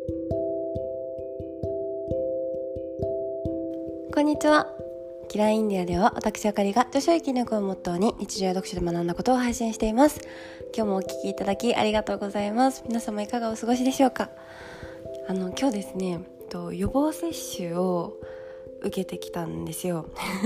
こんにちは。キラーインディアでは私あかりが著書益力をモットーに日常読書で学んだことを配信しています。今日もお聞きいただきありがとうございます。皆様いかがお過ごしでしょうか。今日ですね、予防接種を受けてきたんですよ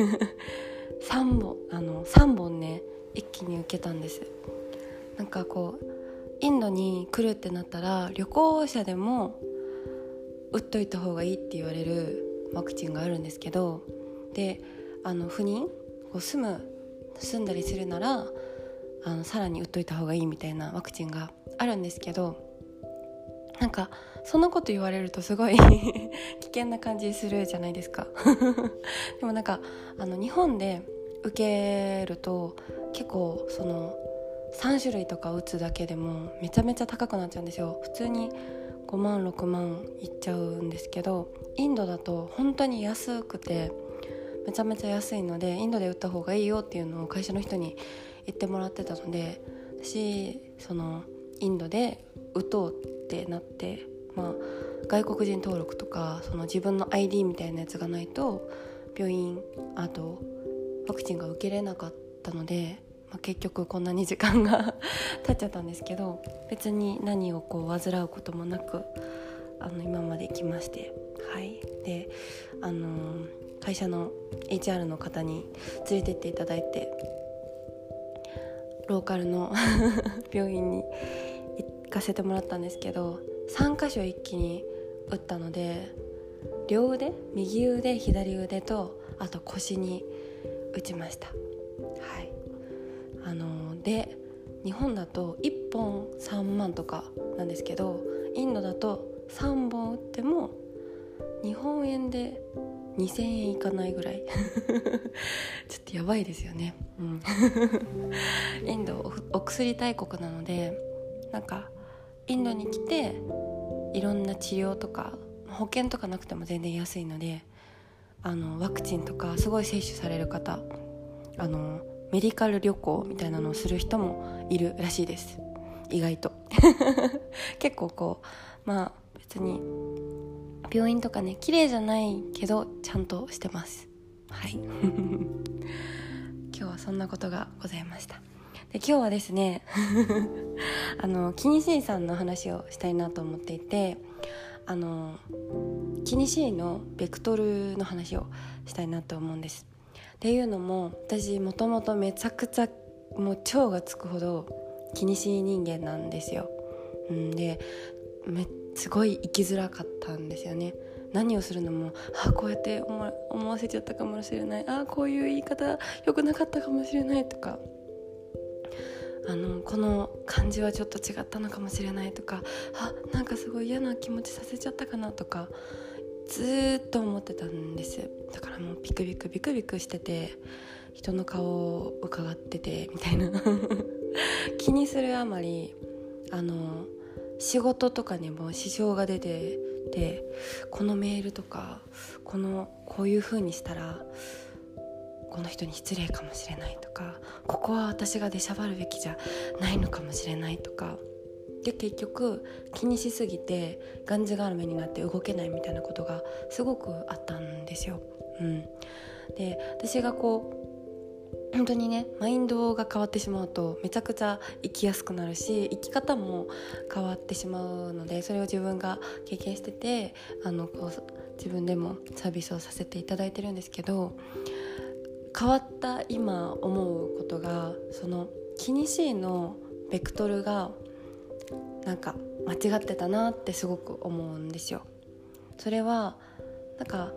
3本ね一気に受けたんです。なんかインドに来るってなったら旅行者でも打っといた方がいいって言われるワクチンがあるんですけど、で赴任住んだりするならさらに打っといた方がいいみたいなワクチンがあるんですけど、なんかそんなこと言われるとすごい危険な感じするじゃないですかでもなんか日本で受けると結構3種類とか打つだけでもめちゃめちゃ高くなっちゃうんですよ。普通に5万6万いっちゃうんですけど、インドだと本当に安くてめちゃめちゃ安いので、インドで打った方がいいよっていうのを会社の人に言ってもらってたので、私インドで打とうってなって、外国人登録とか自分の ID みたいなやつがないと病院ワクチンが受けれなかったので、結局こんなに時間が経っちゃったんですけど、別に何を患うこともなく今まで来まして、で会社の HR の方に連れてっていただいて、ローカルの病院に行かせてもらったんですけど、3箇所一気に打ったので、両腕、右腕、左腕とあと腰に打ちました。で日本だと1本3万とかなんですけど、インドだと3本打っても日本円で2000円いかないぐらいちょっとやばいですよね、インドお薬大国なので、なんかインドに来ていろんな治療とか保険とかなくても全然安いので、ワクチンとかすごい接種される方、メディカル旅行みたいなのをする人もいるらしいです。意外と結構別に病院とかね綺麗じゃないけどちゃんとしてます。今日はそんなことがございました。で今日はですねキニシーさんの話をしたいなと思っていて、キニシーのベクトルの話をしたいなと思うんです。っていうのも、私もともとめちゃくちゃもう超がつくほど気にしい人間なんですよ。ですごい生きづらかったんですよね。何をするのもこうやって思わせちゃったかもしれない、こういう言い方良くなかったかもしれないとか、この感じはちょっと違ったのかもしれないとか、なんかすごい嫌な気持ちさせちゃったかなとかずっと思ってたんです。だからもうビクビクしてて、人の顔を伺っててみたいな気にするあまり仕事とかにも支障が出てて、このメールとかこういう風にしたらこの人に失礼かもしれないとか、ここは私が出しゃばるべきじゃないのかもしれないとかで、結局気にしすぎてがんじがらめになって動けないみたいなことがすごくあったんですよ。で私が本当にねマインドが変わってしまうとめちゃくちゃ生きやすくなるし、生き方も変わってしまうので、それを自分が経験してて自分でもサービスをさせていただいてるんですけど、変わった今思うことが、気にしいのベクトルがなんか間違ってたなってすごく思うんですよ。それはなんか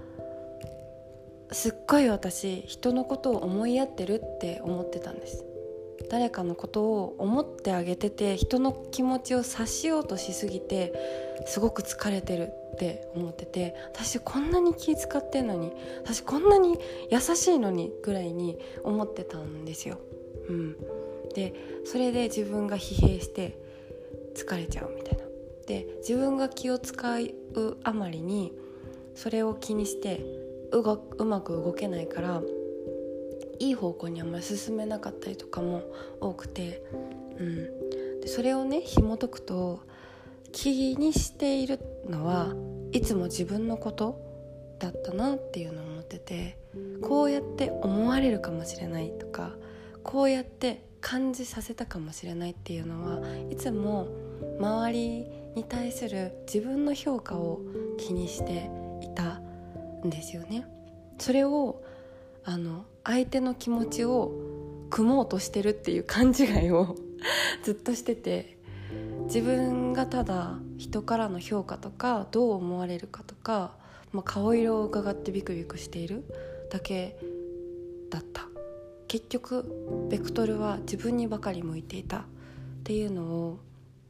すっごい私人のことを思いやってるって思ってたんです。誰かのことを思ってあげてて、人の気持ちを察しようとしすぎてすごく疲れてるって思ってて、私こんなに気遣ってんのに、私こんなに優しいのにぐらいに思ってたんですよ。でそれで自分が疲弊して疲れちゃうみたいな。で自分が気を使うあまりにそれを気にしてうまく動けないから、いい方向にあんまり進めなかったりとかも多くて、でそれをね紐解くと、 気にしているのはいつも自分のことだったなっていうのを思ってて、こうやって思われるかもしれないとか、こうやって感じさせたかもしれないっていうのはいつも周りに対する自分の評価を気にしていたんですよね。それを相手の気持ちを組もうとしてるっていう勘違いをずっとしてて、自分がただ人からの評価とかどう思われるかとか、顔色を伺ってビクビクしているだけだった。結局ベクトルは自分にばかり向いていたっていうのを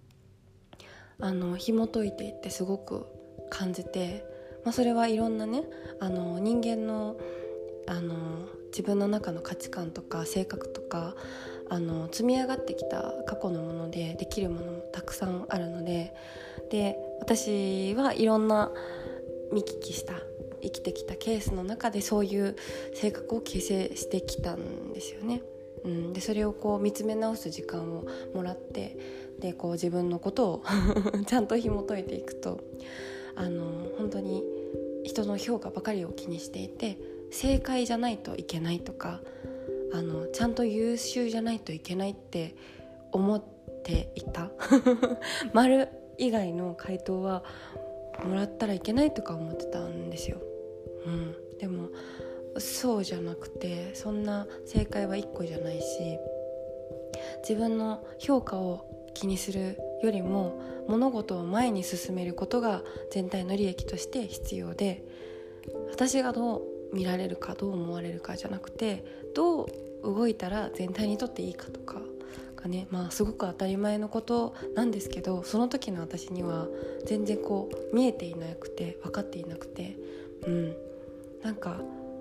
紐解いていってすごく感じて、それはいろんなね人間の自分の中の価値観とか性格とか積み上がってきた過去のものでできるものもたくさんあるので、私はいろんな見聞きした生きてきたケースの中でそういう性格を形成してきたんですよね。でそれを見つめ直す時間をもらって、で自分のことをちゃんと紐解いていくと本当に人の評価ばかりを気にしていて、正解じゃないといけないとかちゃんと優秀じゃないといけないって思っていた丸以外の回答はもらったらいけないとか思ってたんですよ。でもそうじゃなくて、そんな正解は1個じゃないし、自分の評価を気にするよりも物事を前に進めることが全体の利益として必要で、私がどう見られるかどう思われるかじゃなくて、どう動いたら全体にとっていいかとかがね、すごく当たり前のことなんですけど、その時の私には全然見えていなくて分かっていなくて、なんか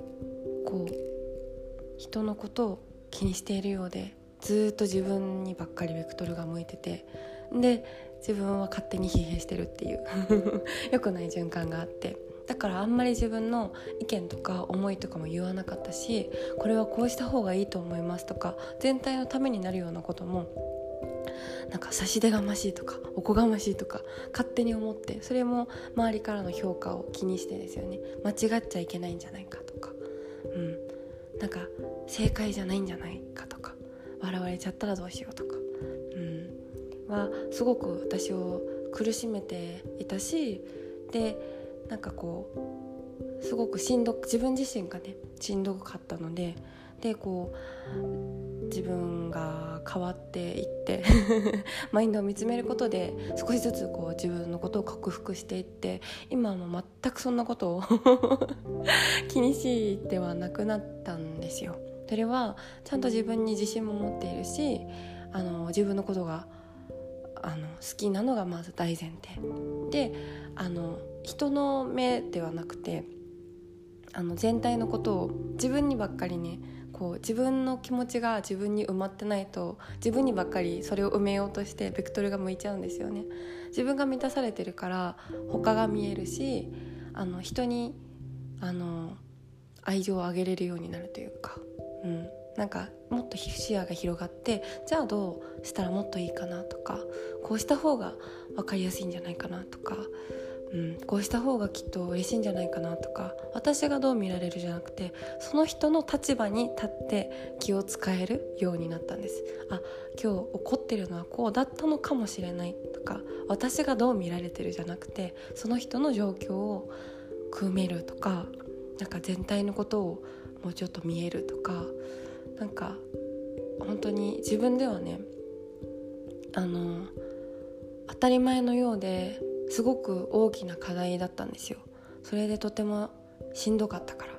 人のことを気にしているようで、ずっと自分にばっかりベクトルが向いてて、で自分は勝手に疲弊してるっていう良くない循環があって、だからあんまり自分の意見とか思いとかも言わなかったし、これはこうした方がいいと思いますとか、全体のためになるようなこともなんか差し出がましいとかおこがましいとか勝手に思って、それも周りからの評価を気にしてですよね、間違っちゃいけないんじゃないかとか、なんか正解じゃないんじゃないかとか、笑われちゃったらどうしようとか、はすごく私を苦しめていたし、でなんかすごく自分自身がねしんどかったので、自分が変わっていってマインドを見つめることで少しずつ自分のことを克服していって、今はもう全くそんなことを気にしてはなくなったんですよ。それはちゃんと自分に自信も持っているし、自分のことが好きなのがまず大前提で、人の目ではなくて全体のことを自分にばっかりね自分の気持ちが自分に埋まってないと、自分にばっかりそれを埋めようとしてベクトルが向いちゃうんですよね。自分が満たされてるから他が見えるし、人に愛情をあげれるようになるというか、なんかもっと視野が広がって、じゃあどうしたらもっといいかなとか、こうした方が分かりやすいんじゃないかなとか、こうした方がきっと嬉しいんじゃないかなとか、私がどう見られるじゃなくて、その人の立場に立って気を使えるようになったんです。今日怒ってるのはこうだったのかもしれないとか、私がどう見られてるじゃなくて、その人の状況を汲めるとか、なんか全体のことをもうちょっと見えるとか、なんか本当に自分ではね当たり前のようですごく大きな課題だったんですよ。それでとてもしんどかったから、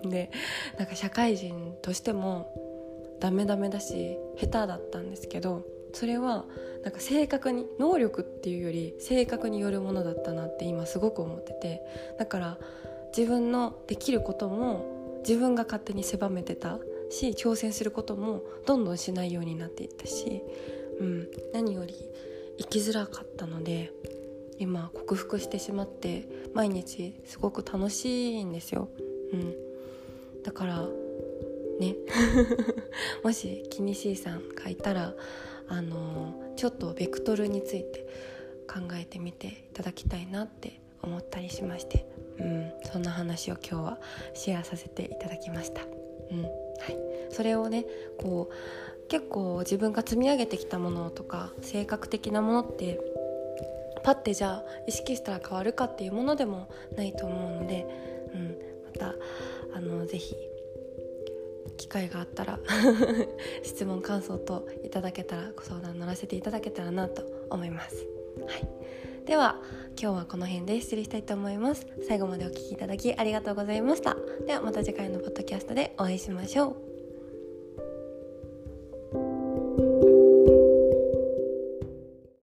でなんか社会人としてもダメだし下手だったんですけど、それはなんか正確に能力っていうより性格によるものだったなって今すごく思ってて、だから自分のできることも自分が勝手に狭めてたし、挑戦することもどんどんしないようになっていったし、何より生きづらかったので今克服してしまって毎日すごく楽しいんですよ。だからねもし気にしいさんがいたらちょっとベクトルについて考えてみていただきたいなって思ったりしまして、そんな話を今日はシェアさせていただきました。それをね結構自分が積み上げてきたものとか性格的なものってパッてじゃあ意識したら変わるかっていうものでもないと思うので、またぜひ機会があったら質問感想といただけたらご相談乗らせていただけたらなと思います。では今日はこの辺で失礼したいと思います。最後までお聞きいただきありがとうございました。ではまた次回のポッドキャストでお会いしましょう。